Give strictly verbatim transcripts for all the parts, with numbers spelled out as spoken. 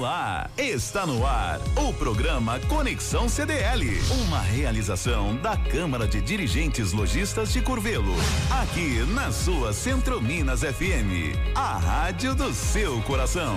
Olá, está no ar o programa Conexão C D L, uma realização da Câmara de Dirigentes Lojistas de Curvelo, aqui na sua Centro Minas F M, a rádio do seu coração.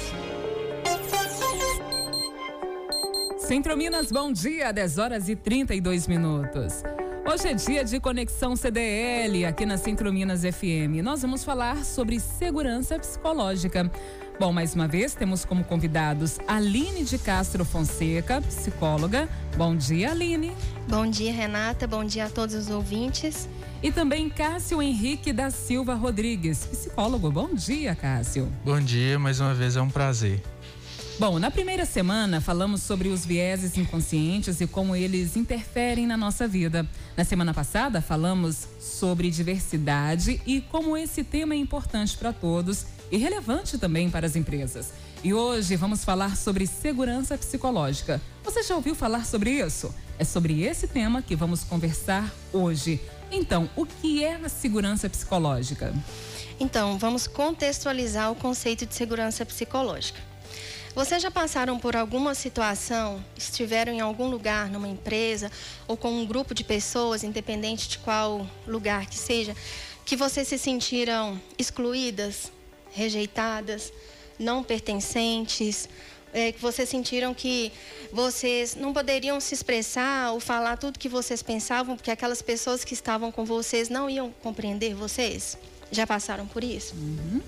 Centro Minas, bom dia, dez horas e trinta e dois minutos. Hoje é dia de Conexão C D L, aqui na Centro Minas F M. Nós vamos falar sobre segurança psicológica. Bom, mais uma vez temos como convidados Aline de Castro Fonseca, psicóloga. Bom dia, Aline. Bom dia, Renata. Bom dia a todos os ouvintes. E também Cássio Henrique da Silva Rodrigues, psicólogo. Bom dia, Cássio. Bom dia, mais uma vez é um prazer. Bom, na primeira semana falamos sobre os vieses inconscientes e como eles interferem na nossa vida. Na semana passada falamos sobre diversidade e como esse tema é importante para todos e relevante também para as empresas. E hoje vamos falar sobre segurança psicológica. Você já ouviu falar sobre isso? É sobre esse tema que vamos conversar hoje. Então, o que é a segurança psicológica? Então, vamos contextualizar o conceito de segurança psicológica. Vocês já passaram por alguma situação, estiveram em algum lugar, numa empresa, ou com um grupo de pessoas, independente de qual lugar que seja, que vocês se sentiram excluídas, rejeitadas, não pertencentes, é, que vocês sentiram que vocês não poderiam se expressar ou falar tudo que vocês pensavam, porque aquelas pessoas que estavam com vocês não iam compreender vocês? Já passaram por isso? Uhum.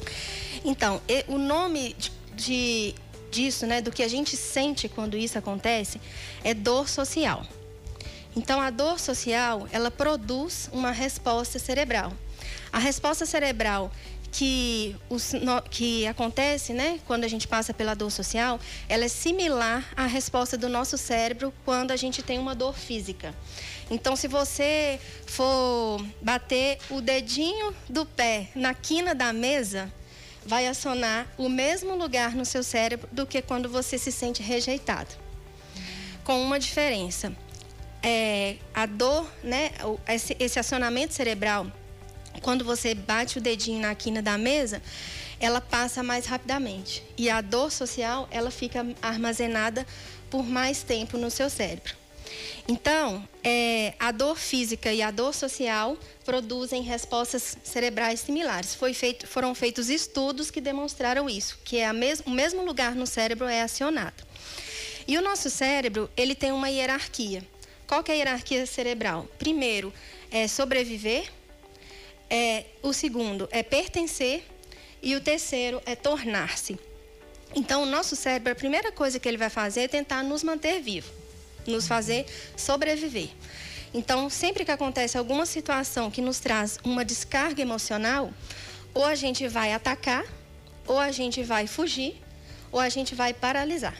Então, o nome de De, disso, né, do que a gente sente quando isso acontece, é dor social. Então, a dor social, ela produz uma resposta cerebral. A resposta cerebral que, os, no, que acontece, né, quando a gente passa pela dor social, ela é similar à resposta do nosso cérebro quando a gente tem uma dor física. Então, se você for bater o dedinho do pé na quina da mesa, vai acionar o mesmo lugar no seu cérebro do que quando você se sente rejeitado. Com uma diferença. É, a dor, né, esse, esse acionamento cerebral, quando você bate o dedinho na quina da mesa, ela passa mais rapidamente. E a dor social, ela fica armazenada por mais tempo no seu cérebro. Então, é, a dor física e a dor social produzem respostas cerebrais similares. Foi feito, foram feitos estudos que demonstraram isso, que é a mes, o mesmo lugar no cérebro é acionado. E o nosso cérebro, ele tem uma hierarquia. Qual que é a hierarquia cerebral? Primeiro, é sobreviver. É, o segundo é pertencer. E o terceiro é tornar-se. Então, o nosso cérebro, a primeira coisa que ele vai fazer é tentar nos manter vivos, nos fazer sobreviver. Então, sempre que acontece alguma situação que nos traz uma descarga emocional, ou a gente vai atacar, ou a gente vai fugir, ou a gente vai paralisar.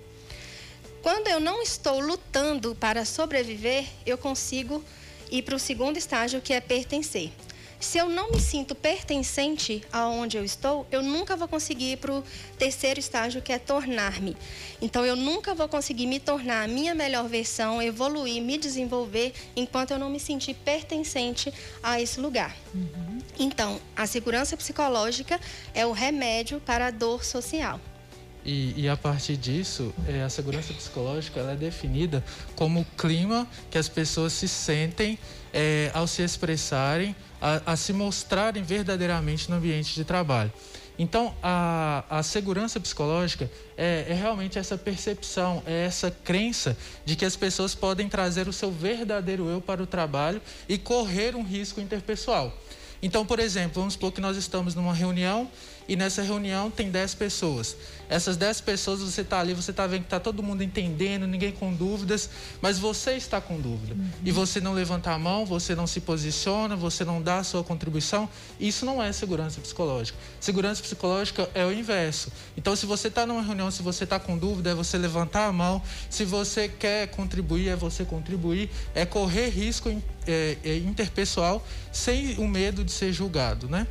Quando eu não estou lutando para sobreviver, eu consigo ir para o segundo estágio, que é pertencer. Se eu não me sinto pertencente aonde eu estou, eu nunca vou conseguir ir para o terceiro estágio, que é tornar-me. Então, eu nunca vou conseguir me tornar a minha melhor versão, evoluir, me desenvolver, enquanto eu não me sentir pertencente a esse lugar. Uhum. Então, a segurança psicológica é o remédio para a dor social. E, e a partir disso, é, a segurança psicológica ela é definida como o clima que as pessoas se sentem é, ao se expressarem, a, a se mostrarem verdadeiramente no ambiente de trabalho. Então, a, a segurança psicológica é, é realmente essa percepção, é essa crença de que as pessoas podem trazer o seu verdadeiro eu para o trabalho e correr um risco interpessoal. Então, por exemplo, vamos supor que nós estamos numa reunião e nessa reunião tem dez pessoas. Essas dez pessoas, você está ali, você está vendo que está todo mundo entendendo, ninguém com dúvidas, mas você está com dúvida. Uhum. E você não levanta a mão, você não se posiciona, você não dá a sua contribuição. Isso não é segurança psicológica. Segurança psicológica é o inverso. Então, se você está numa reunião, se você está com dúvida, é você levantar a mão. Se você quer contribuir, é você contribuir. É correr risco é, é, interpessoal sem o medo de ser julgado, né?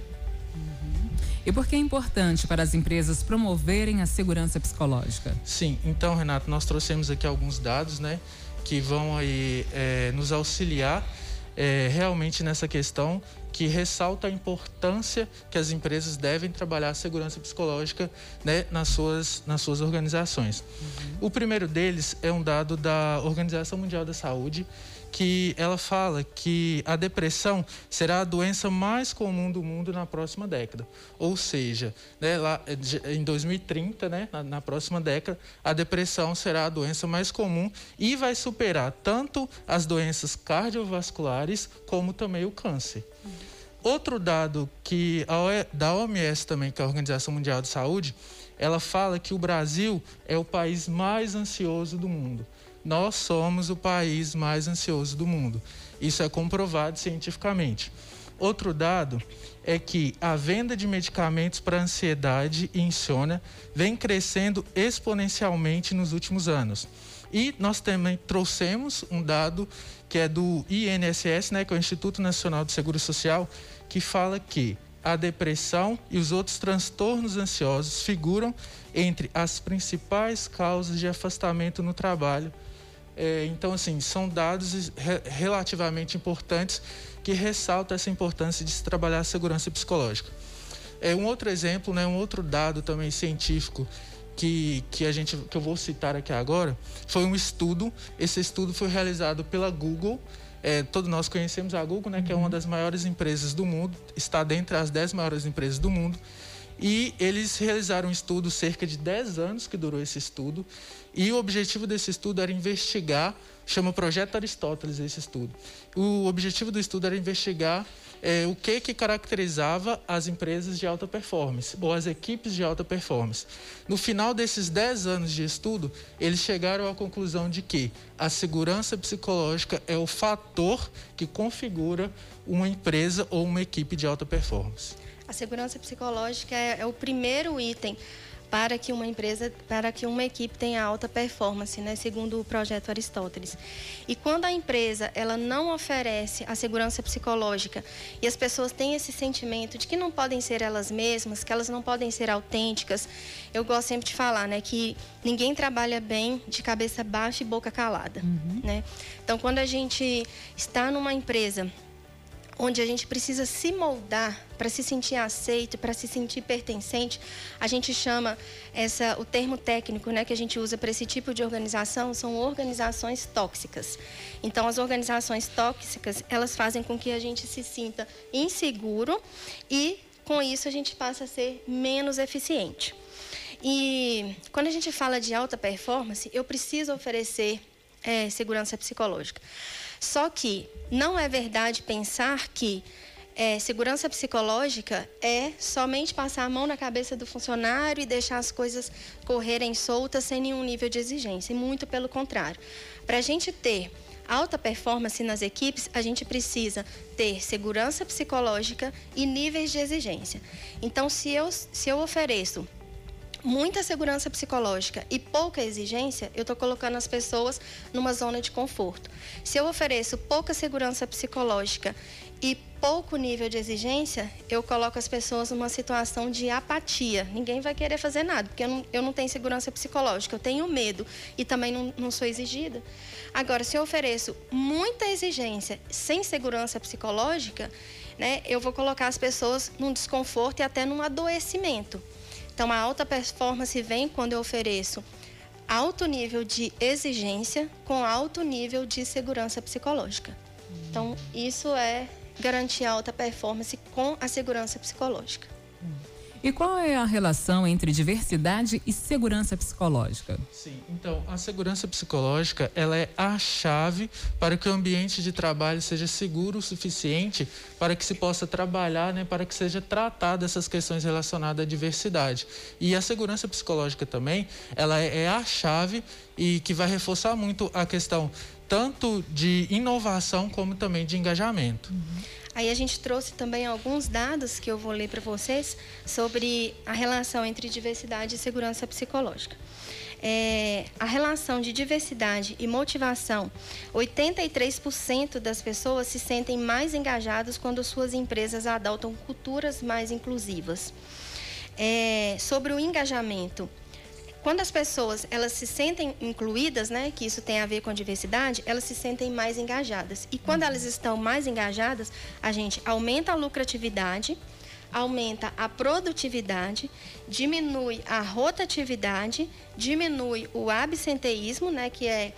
E por que é importante para as empresas promoverem a segurança psicológica? Sim, então, Renato, nós trouxemos aqui alguns dados, né, que vão aí é, nos auxiliar é, realmente nessa questão que ressalta a importância que as empresas devem trabalhar a segurança psicológica, né, nas suas, nas suas organizações. Uhum. O primeiro deles é um dado da Organização Mundial da Saúde, que ela fala que a depressão será a doença mais comum do mundo na próxima década. Ou seja, né, lá em dois mil e trinta, né, na, na próxima década, a depressão será a doença mais comum e vai superar tanto as doenças cardiovasculares como também o câncer. Uhum. Outro dado que a, da O M S também, que é a Organização Mundial de Saúde, ela fala que o Brasil é o país mais ansioso do mundo. Nós somos o país mais ansioso do mundo. Isso é comprovado cientificamente. Outro dado é que a venda de medicamentos para ansiedade e insônia vem crescendo exponencialmente nos últimos anos. E nós também trouxemos um dado que é do I N S S, né, que é o Instituto Nacional do Seguro Social, que fala que a depressão e os outros transtornos ansiosos figuram entre as principais causas de afastamento no trabalho. É, então, assim, são dados re- relativamente importantes que ressaltam essa importância de se trabalhar a segurança psicológica. É, um outro exemplo, né, um outro dado também científico que, que, a gente, que eu vou citar aqui agora, foi um estudo. Esse estudo foi realizado pela Google. É, todos nós conhecemos a Google, né, que é uma das maiores empresas do mundo, está dentre as dez maiores empresas do mundo. E eles realizaram um estudo, cerca de dez anos que durou esse estudo, e o objetivo desse estudo era investigar, chama Projeto Aristóteles esse estudo. O objetivo do estudo era investigar é, o que, que caracterizava as empresas de alta performance, ou as equipes de alta performance. No final desses dez anos de estudo, eles chegaram à conclusão de que a segurança psicológica é o fator que configura uma empresa ou uma equipe de alta performance. A segurança psicológica é, é o primeiro item para que uma empresa, para que uma equipe tenha alta performance, né, segundo o projeto Aristóteles. E quando a empresa ela não oferece a segurança psicológica e as pessoas têm esse sentimento de que não podem ser elas mesmas, que elas não podem ser autênticas, eu gosto sempre de falar, né, que ninguém trabalha bem de cabeça baixa e boca calada, uhum. né? Então, quando a gente está numa empresa onde a gente precisa se moldar para se sentir aceito, para se sentir pertencente, a gente chama essa, o termo técnico, né, que a gente usa para esse tipo de organização, são organizações tóxicas. Então, as organizações tóxicas, elas fazem com que a gente se sinta inseguro e, com isso, a gente passa a ser menos eficiente. E quando a gente fala de alta performance, eu preciso oferecer é, segurança psicológica. Só que não é verdade pensar que é, segurança psicológica é somente passar a mão na cabeça do funcionário e deixar as coisas correrem soltas sem nenhum nível de exigência. E muito pelo contrário. Para a gente ter alta performance nas equipes, a gente precisa ter segurança psicológica e níveis de exigência. Então, se eu, se eu ofereço muita segurança psicológica e pouca exigência, eu estou colocando as pessoas numa zona de conforto. Se eu ofereço pouca segurança psicológica e pouco nível de exigência, eu coloco as pessoas numa situação de apatia. Ninguém vai querer fazer nada, porque eu não, eu não tenho segurança psicológica, eu tenho medo e também não, não sou exigida. Agora, se eu ofereço muita exigência sem segurança psicológica, né, eu vou colocar as pessoas num desconforto e até num adoecimento. Então, a alta performance vem quando eu ofereço alto nível de exigência com alto nível de segurança psicológica. Então, isso é garantir alta performance com a segurança psicológica. E qual é a relação entre diversidade e segurança psicológica? Sim, então a segurança psicológica ela é a chave para que o ambiente de trabalho seja seguro o suficiente para que se possa trabalhar, né, para que seja tratada essas questões relacionadas à diversidade. E a segurança psicológica também, ela é, é a chave e que vai reforçar muito a questão tanto de inovação como também de engajamento. Uhum. Aí a gente trouxe também alguns dados que eu vou ler para vocês sobre a relação entre diversidade e segurança psicológica. É, a relação de diversidade e motivação, oitenta e três por cento das pessoas se sentem mais engajadas quando suas empresas adotam culturas mais inclusivas. É, sobre o engajamento, quando as pessoas elas se sentem incluídas, né, que isso tem a ver com a diversidade, elas se sentem mais engajadas. E quando elas estão mais engajadas, a gente aumenta a lucratividade, aumenta a produtividade, diminui a rotatividade, diminui o absenteísmo, né, que é,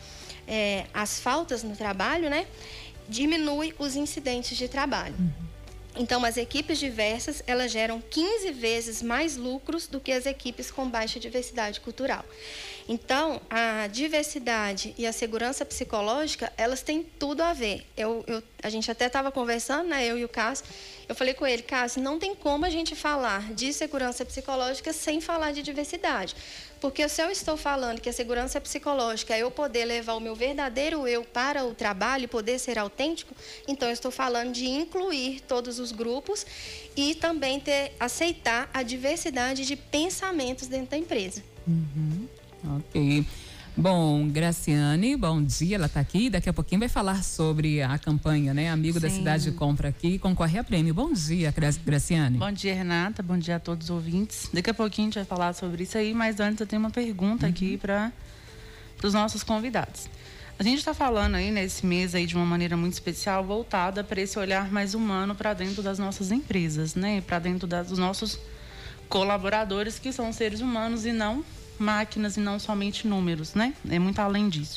é as faltas no trabalho, né, diminui os incidentes de trabalho. Uhum. Então, as equipes diversas, elas geram quinze vezes mais lucros do que as equipes com baixa diversidade cultural. Então, a diversidade e a segurança psicológica, elas têm tudo a ver. Eu, eu, a gente até estava conversando, né, eu e o Cássio, eu falei com ele, Cássio, não tem como a gente falar de segurança psicológica sem falar de diversidade. Porque se eu estou falando que a segurança psicológica é eu poder levar o meu verdadeiro eu para o trabalho e poder ser autêntico, então eu estou falando de incluir todos os grupos e também ter, aceitar a diversidade de pensamentos dentro da empresa. Uhum. Ok. Bom, Graciane, bom dia, ela está aqui, daqui a pouquinho vai falar sobre a campanha, né? Amigo Sim. da Cidade Compra Aqui, concorre a prêmio. Bom dia, Graciane. Bom dia, Renata, bom dia a todos os ouvintes. Daqui a pouquinho a gente vai falar sobre isso aí, mas antes eu tenho uma pergunta uhum. aqui para os nossos convidados. A gente está falando aí nesse mês aí de uma maneira muito especial, voltada para esse olhar mais humano para dentro das nossas empresas, né? Para dentro das, dos nossos colaboradores, que são seres humanos e não máquinas e não somente números, né? É muito além disso.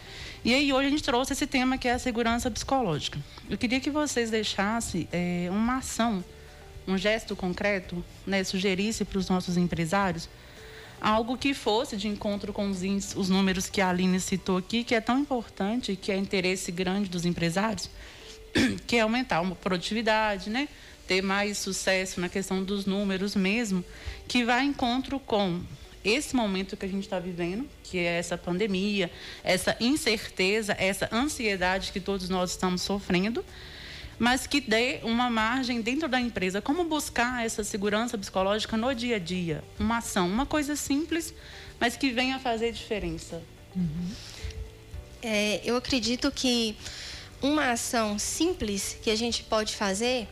E aí hoje a gente trouxe esse tema que é a segurança psicológica. Eu queria que vocês deixassem é, uma ação, um gesto concreto, né? Sugerisse para os nossos empresários algo que fosse de encontro com os, índices, os números que a Aline citou aqui, que é tão importante, que é interesse grande dos empresários, que é aumentar a produtividade, né? Ter mais sucesso na questão dos números mesmo, que vai em encontro com esse momento que a gente está vivendo, que é essa pandemia, essa incerteza, essa ansiedade que todos nós estamos sofrendo, mas que dê uma margem dentro da empresa. Como buscar essa segurança psicológica no dia a dia? Uma ação, uma coisa simples, mas que venha fazer diferença. Uhum. É, eu acredito que uma ação simples que a gente pode fazer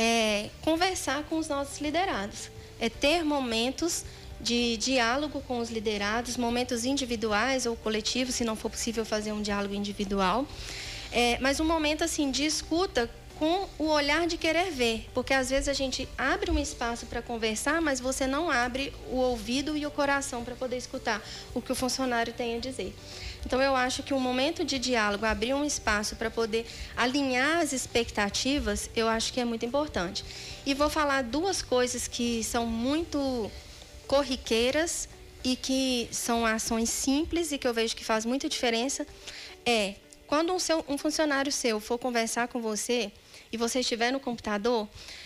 é conversar com os nossos liderados, é ter momentos de diálogo com os liderados, momentos individuais ou coletivos, se não for possível fazer um diálogo individual, é, mas um momento assim de escuta com o olhar de querer ver, porque às vezes a gente abre um espaço para conversar, mas você não abre o ouvido e o coração para poder escutar o que o funcionário tem a dizer. Então eu acho que um momento de diálogo, abrir um espaço para poder alinhar as expectativas, eu acho que é muito importante. E vou falar duas coisas que são muito corriqueiras e que são ações simples e que eu vejo que faz muita diferença. É, quando um, seu, um funcionário seu for conversar com você e você estiver no computador,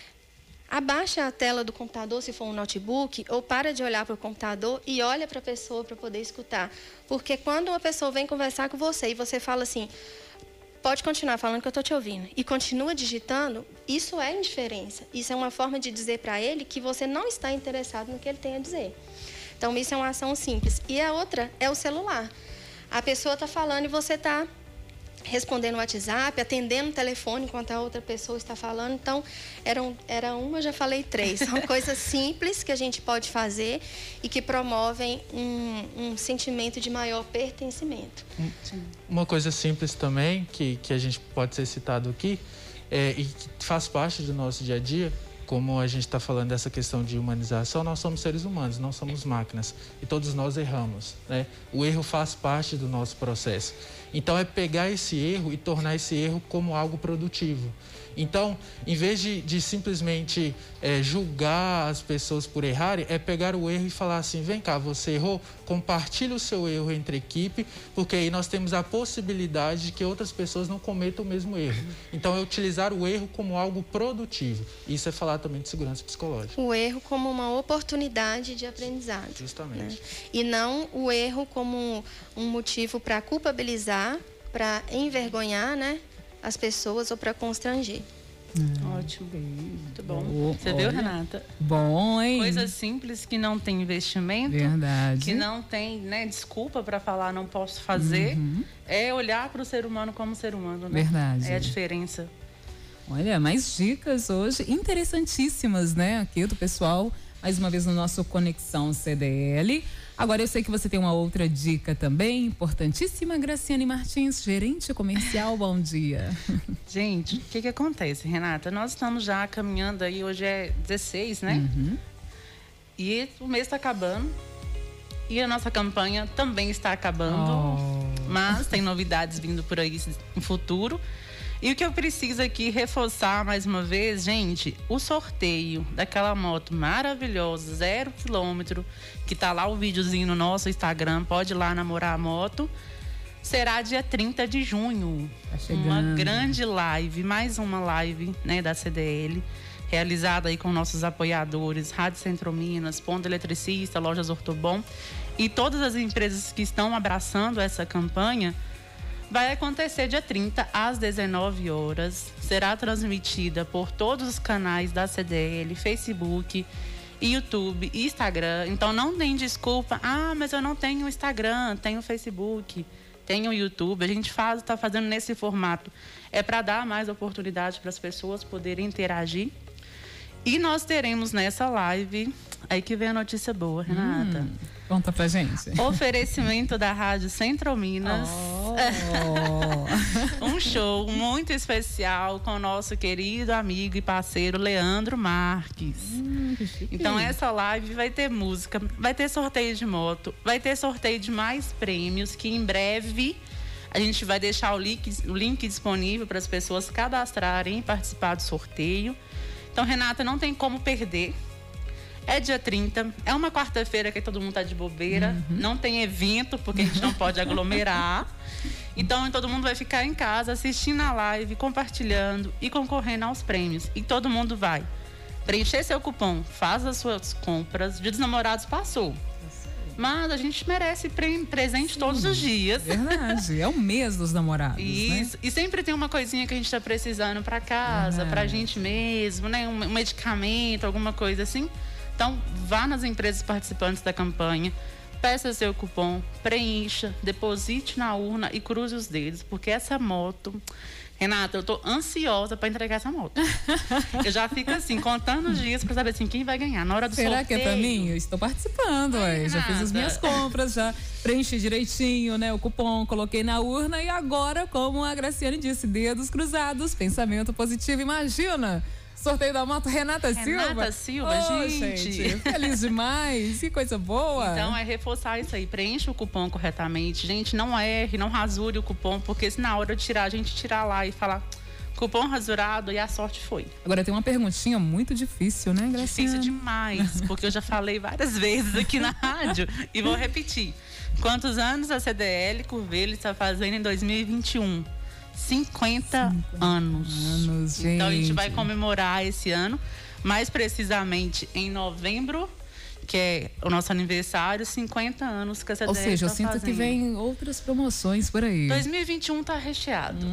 abaixa a tela do computador, se for um notebook, ou para de olhar para o computador e olha para a pessoa para poder escutar. Porque quando uma pessoa vem conversar com você e você fala assim, pode continuar falando que eu estou te ouvindo, e continua digitando, isso é indiferença. Isso é uma forma de dizer para ele que você não está interessado no que ele tem a dizer. Então, isso é uma ação simples. E a outra é o celular. A pessoa está falando e você está respondendo o WhatsApp, atendendo o telefone enquanto a outra pessoa está falando. Então, era, um, era uma, já falei três. São coisas simples que a gente pode fazer e que promovem um, um sentimento de maior pertencimento. Uma coisa simples também, que, que a gente pode ser citado aqui, é, e que faz parte do nosso dia a dia, como a gente está falando dessa questão de humanização, nós somos seres humanos, não somos máquinas. E todos nós erramos, né? O erro faz parte do nosso processo. Então, é pegar esse erro e tornar esse erro como algo produtivo. Então, em vez de, de simplesmente é, julgar as pessoas por errarem, é pegar o erro e falar assim, vem cá, você errou, compartilhe o seu erro entre a equipe, porque aí nós temos a possibilidade de que outras pessoas não cometam o mesmo erro. Então, é utilizar o erro como algo produtivo. Isso é falar também de segurança psicológica. O erro como uma oportunidade de aprendizado. Justamente. Né? E não o erro como um motivo para culpabilizar, para envergonhar, né, as pessoas ou para constranger. Hum. Ótimo. Muito bom. Oh, Você olha, viu, Renata? Bom, hein? Coisas simples que não tem investimento. Verdade. Que não tem, né, desculpa para falar não posso fazer. Uhum. É olhar para o ser humano como ser humano, né? Verdade. É a diferença. Olha, mais dicas hoje interessantíssimas, né? Aqui do pessoal, mais uma vez no nosso Conexão C D L. Agora, eu sei que você tem uma outra dica também, importantíssima. Graciane Martins, gerente comercial, bom dia. Gente, o que que acontece, Renata? Nós estamos já caminhando aí, hoje é dezesseis, né? Uhum. E o mês está acabando. E a nossa campanha também está acabando. Oh. Mas tem novidades vindo por aí no futuro. E o que eu preciso aqui reforçar mais uma vez, gente, o sorteio daquela moto maravilhosa, zero quilômetro, que tá lá o videozinho no nosso Instagram, pode ir lá namorar a moto, será dia trinta de junho. Tá chegando. Uma grande live, mais uma live, né, da C D L, realizada aí com nossos apoiadores, Rádio Centro Minas, Ponto Eletricista, Lojas Ortobon e todas as empresas que estão abraçando essa campanha. Vai acontecer dia trinta, às dezenove horas. Será transmitida por todos os canais da C D L, Facebook, YouTube e Instagram. Então não tem desculpa. Ah, mas eu não tenho Instagram, tenho Facebook, tenho YouTube. A gente faz, está fazendo nesse formato. É para dar mais oportunidade para as pessoas poderem interagir. E nós teremos nessa live, aí que vem a notícia boa, Renata. Hum, conta pra gente. Oferecimento da Rádio Centro Minas. Oh. Um show muito especial com o nosso querido amigo e parceiro Leandro Marques. Hum, que chique. Então essa live vai ter música, vai ter sorteio de moto, vai ter sorteio de mais prêmios, que em breve a gente vai deixar o link, o link disponível para as pessoas cadastrarem e participar do sorteio. Então, Renata, não tem como perder. É dia trinta, é uma quarta-feira que todo mundo tá de bobeira. Uhum. Não tem evento, porque a gente não pode aglomerar. Então, todo mundo vai ficar em casa, assistindo a live, compartilhando e concorrendo aos prêmios. E todo mundo vai preencher seu cupom, faz as suas compras. Dia dos Namorados passou. Mas a gente merece pre- presente Sim, todos os dias. Verdade, é o mês dos namorados. Isso, né? E sempre tem uma coisinha que a gente tá precisando para casa, uhum. pra gente mesmo, né? Um, um medicamento, alguma coisa assim. Então, vá nas empresas participantes da campanha, peça seu cupom, preencha, deposite na urna e cruze os dedos, porque essa moto... Renata, eu tô ansiosa para entregar essa moto. Eu já fico assim, contando os dias para saber assim, quem vai ganhar. Na hora do Será sorteio... que é pra mim? Eu estou participando, ué. Já fiz as minhas compras, já preenchi direitinho, né? O cupom, coloquei na urna e agora, como a Graciane disse, dedos cruzados, pensamento positivo. Imagina! Sorteio da moto Renata, Renata Silva. Renata Silva, oh, gente. gente. Feliz demais. Que coisa boa. Então, é reforçar isso aí. Preencha o cupom corretamente. Gente, não erre, não rasure o cupom, porque se na hora de tirar, a gente tirar lá e falar cupom rasurado e a sorte foi. Agora, tem uma perguntinha muito difícil, né, Graciane? Difícil demais, porque eu já falei várias vezes aqui na rádio e vou repetir. Quantos anos a C D L Curvelo está fazendo em dois mil e vinte e um? cinquenta anos. anos gente. Então a gente vai comemorar esse ano, mais precisamente em novembro, que é o nosso aniversário, cinquenta anos que a C D L. Ou seja, tá eu sinto fazendo. que vem outras promoções por aí. dois mil e vinte e um tá recheado.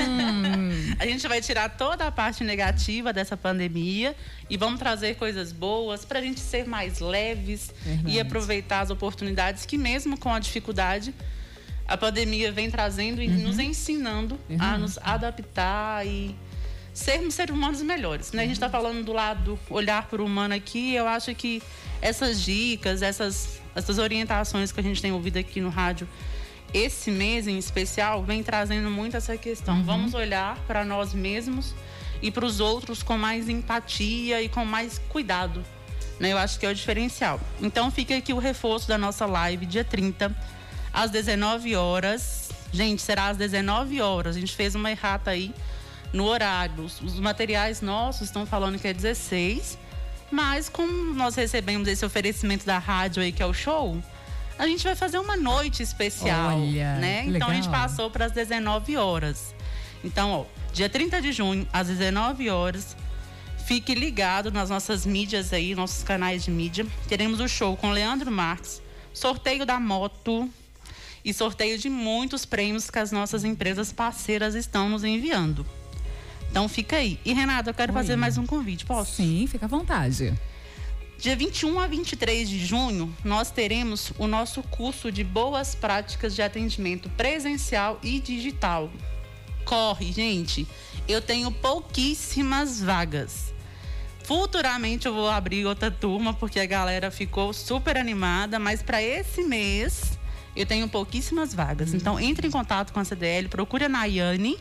Hum. A gente vai tirar toda a parte negativa dessa pandemia e vamos trazer coisas boas pra gente ser mais leves. Verdade. E aproveitar as oportunidades que mesmo com a dificuldade a pandemia vem trazendo e uhum. nos ensinando uhum. a nos adaptar e sermos seres humanos melhores, né? Uhum. A gente está falando do lado olhar para o humano aqui. Eu acho que essas dicas, essas, essas orientações que a gente tem ouvido aqui no rádio, esse mês em especial, vem trazendo muito essa questão. Uhum. Vamos olhar para nós mesmos e para os outros com mais empatia e com mais cuidado, né? Eu acho que é o diferencial. Então fica aqui o reforço da nossa live, dia trinta, às dezenove horas. Gente, será às dezenove horas. A gente fez uma errata aí no horário. Os, os materiais nossos estão falando que é dezesseis. Mas como nós recebemos esse oferecimento da rádio aí, que é o show, a gente vai fazer uma noite especial. Olha, né? Então legal. A gente passou para as dezenove horas. Então, ó, dia trinta de junho, às dezenove horas. Fique ligado nas nossas mídias aí, nossos canais de mídia. Teremos o show com Leandro Marques, sorteio da moto e sorteio de muitos prêmios que as nossas empresas parceiras estão nos enviando. Então fica aí. E Renata, eu quero Oi. fazer mais um convite, posso? Sim, fica à vontade. Dia vinte e um a vinte e três de junho, nós teremos o nosso curso de boas práticas de atendimento presencial e digital. Corre, gente. Eu tenho pouquíssimas vagas. Futuramente eu vou abrir outra turma, porque a galera ficou super animada, mas para esse mês eu tenho pouquíssimas vagas. Hum. Então, entre em contato com a C D L, procure a Nayane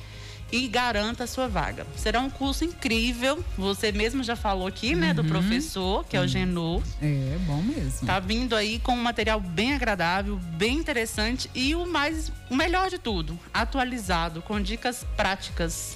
e garanta a sua vaga. Será um curso incrível. Você mesmo já falou aqui, né, uhum. do professor, que é o Genô. É, bom mesmo. Tá vindo aí com um material bem agradável, bem interessante e o mais, o melhor de tudo, atualizado, com dicas práticas.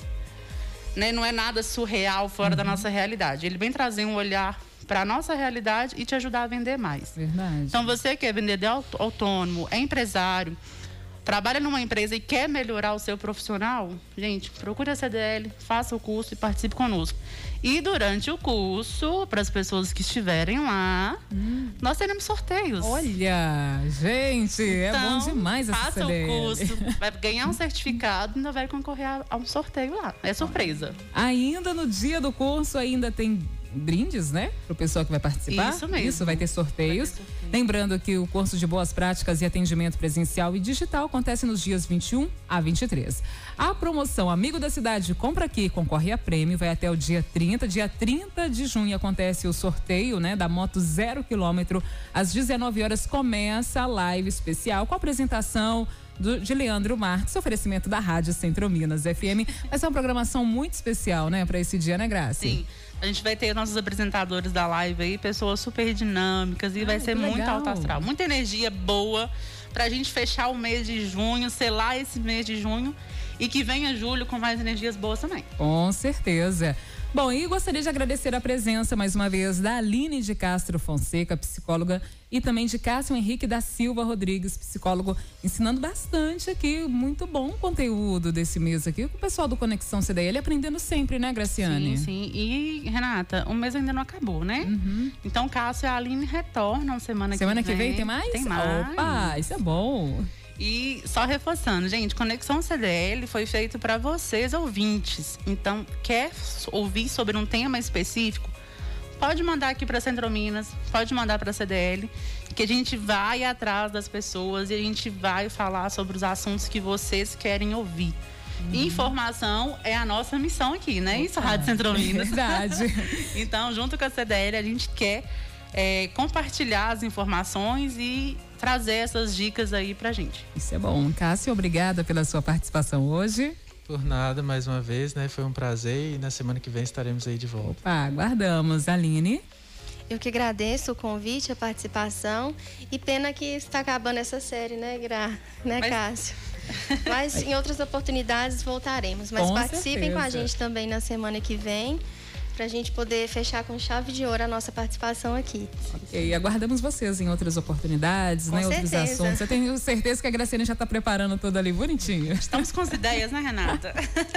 Né? Não é nada surreal, fora uhum. da nossa realidade. Ele vem trazer um olhar para a nossa realidade e te ajudar a vender mais. Verdade. Então, você que é vendedor autônomo, é empresário, trabalha numa empresa e quer melhorar o seu profissional, gente, procure a C D L, faça o curso e participe conosco. E durante o curso, para as pessoas que estiverem lá, hum. nós teremos sorteios. Olha, gente, então, é bom demais essa faça C D L. o curso, vai ganhar um certificado e ainda vai concorrer a, a um sorteio lá. É surpresa. Ainda no dia do curso, ainda tem brindes, né? Para o pessoal que vai participar. Isso mesmo. Isso, vai ter sorteios. Vai ter sorteio. Lembrando que o curso de boas práticas e atendimento presencial e digital acontece nos dias vinte e um a vinte e três. A promoção Amigo da Cidade Compra Aqui, concorre a prêmio, vai até o dia trinta. Dia trinta de junho acontece o sorteio, né, da moto zero quilômetro. Às dezenove horas começa a live especial com a apresentação Do, de Leandro Marques, oferecimento da Rádio Centro Minas F M. Vai ser uma programação muito especial, né, para esse dia, né, Graça? Sim. A gente vai ter nossos apresentadores da live aí, pessoas super dinâmicas e ah, vai ser muito alto astral. Muita energia boa pra gente fechar o mês de junho, selar esse mês de junho e que venha julho com mais energias boas também. Com certeza. Bom, e gostaria de agradecer a presença mais uma vez da Aline de Castro Fonseca, psicóloga, e também de Cássio Henrique da Silva Rodrigues, psicólogo, ensinando bastante aqui, muito bom conteúdo desse mês aqui, com o pessoal do Conexão C D L aprendendo sempre, né, Graciane? Sim, sim. E, Renata, o mês ainda não acabou, né? Uhum. Então, Cássio e a Aline retornam semana, semana que vem. Semana que vem tem mais? Tem mais. Opa, isso é bom. E só reforçando, gente, Conexão C D L foi feito para vocês ouvintes. Então, quer ouvir sobre um tema específico? Pode mandar aqui para Centro Minas, pode mandar para a C D L, que a gente vai atrás das pessoas e a gente vai falar sobre os assuntos que vocês querem ouvir. Uhum. Informação é a nossa missão aqui, né? Isso, Rádio Centro Minas. Verdade. Então, junto com a C D L, a gente quer é, compartilhar as informações e trazer essas dicas aí pra gente. Isso é bom. Cássio, obrigada pela sua participação hoje. Por nada, mais uma vez, né? Foi um prazer e na semana que vem estaremos aí de volta. Opa, aguardamos. Aline? Eu que agradeço o convite, a participação e pena que está acabando essa série, né, Gra? Né, Mas... Cássio? Mas em outras oportunidades voltaremos. Mas com participem certeza. com a gente também na semana que vem, para a gente poder fechar com chave de ouro a nossa participação aqui. Ok, aguardamos vocês em outras oportunidades, com né? certeza. Outros assuntos. Eu tenho certeza que a Graciane já está preparando tudo ali bonitinho. Estamos com as ideias, né, Renata?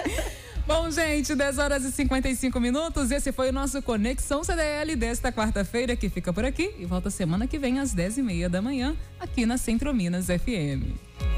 Bom, gente, dez horas e cinquenta e cinco minutos. Esse foi o nosso Conexão C D L desta quarta-feira, que fica por aqui e volta semana que vem às dez e meia da manhã, aqui na Centro Minas F M.